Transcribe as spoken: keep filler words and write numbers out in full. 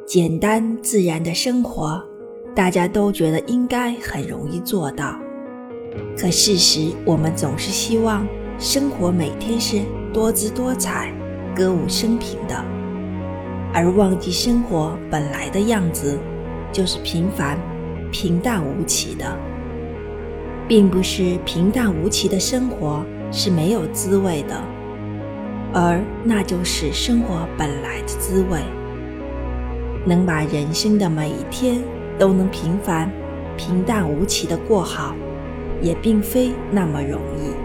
简单自然的生活，大家都觉得应该很容易做到。可事实，我们总是希望生活每天是多姿多彩、歌舞升平的，而忘记生活本来的样子就是平凡、平淡无奇的。并不是平淡无奇的生活是没有滋味的，而那就是生活本来的滋味。能把人生的每一天都能平凡、平淡无奇地过好，也并非那么容易。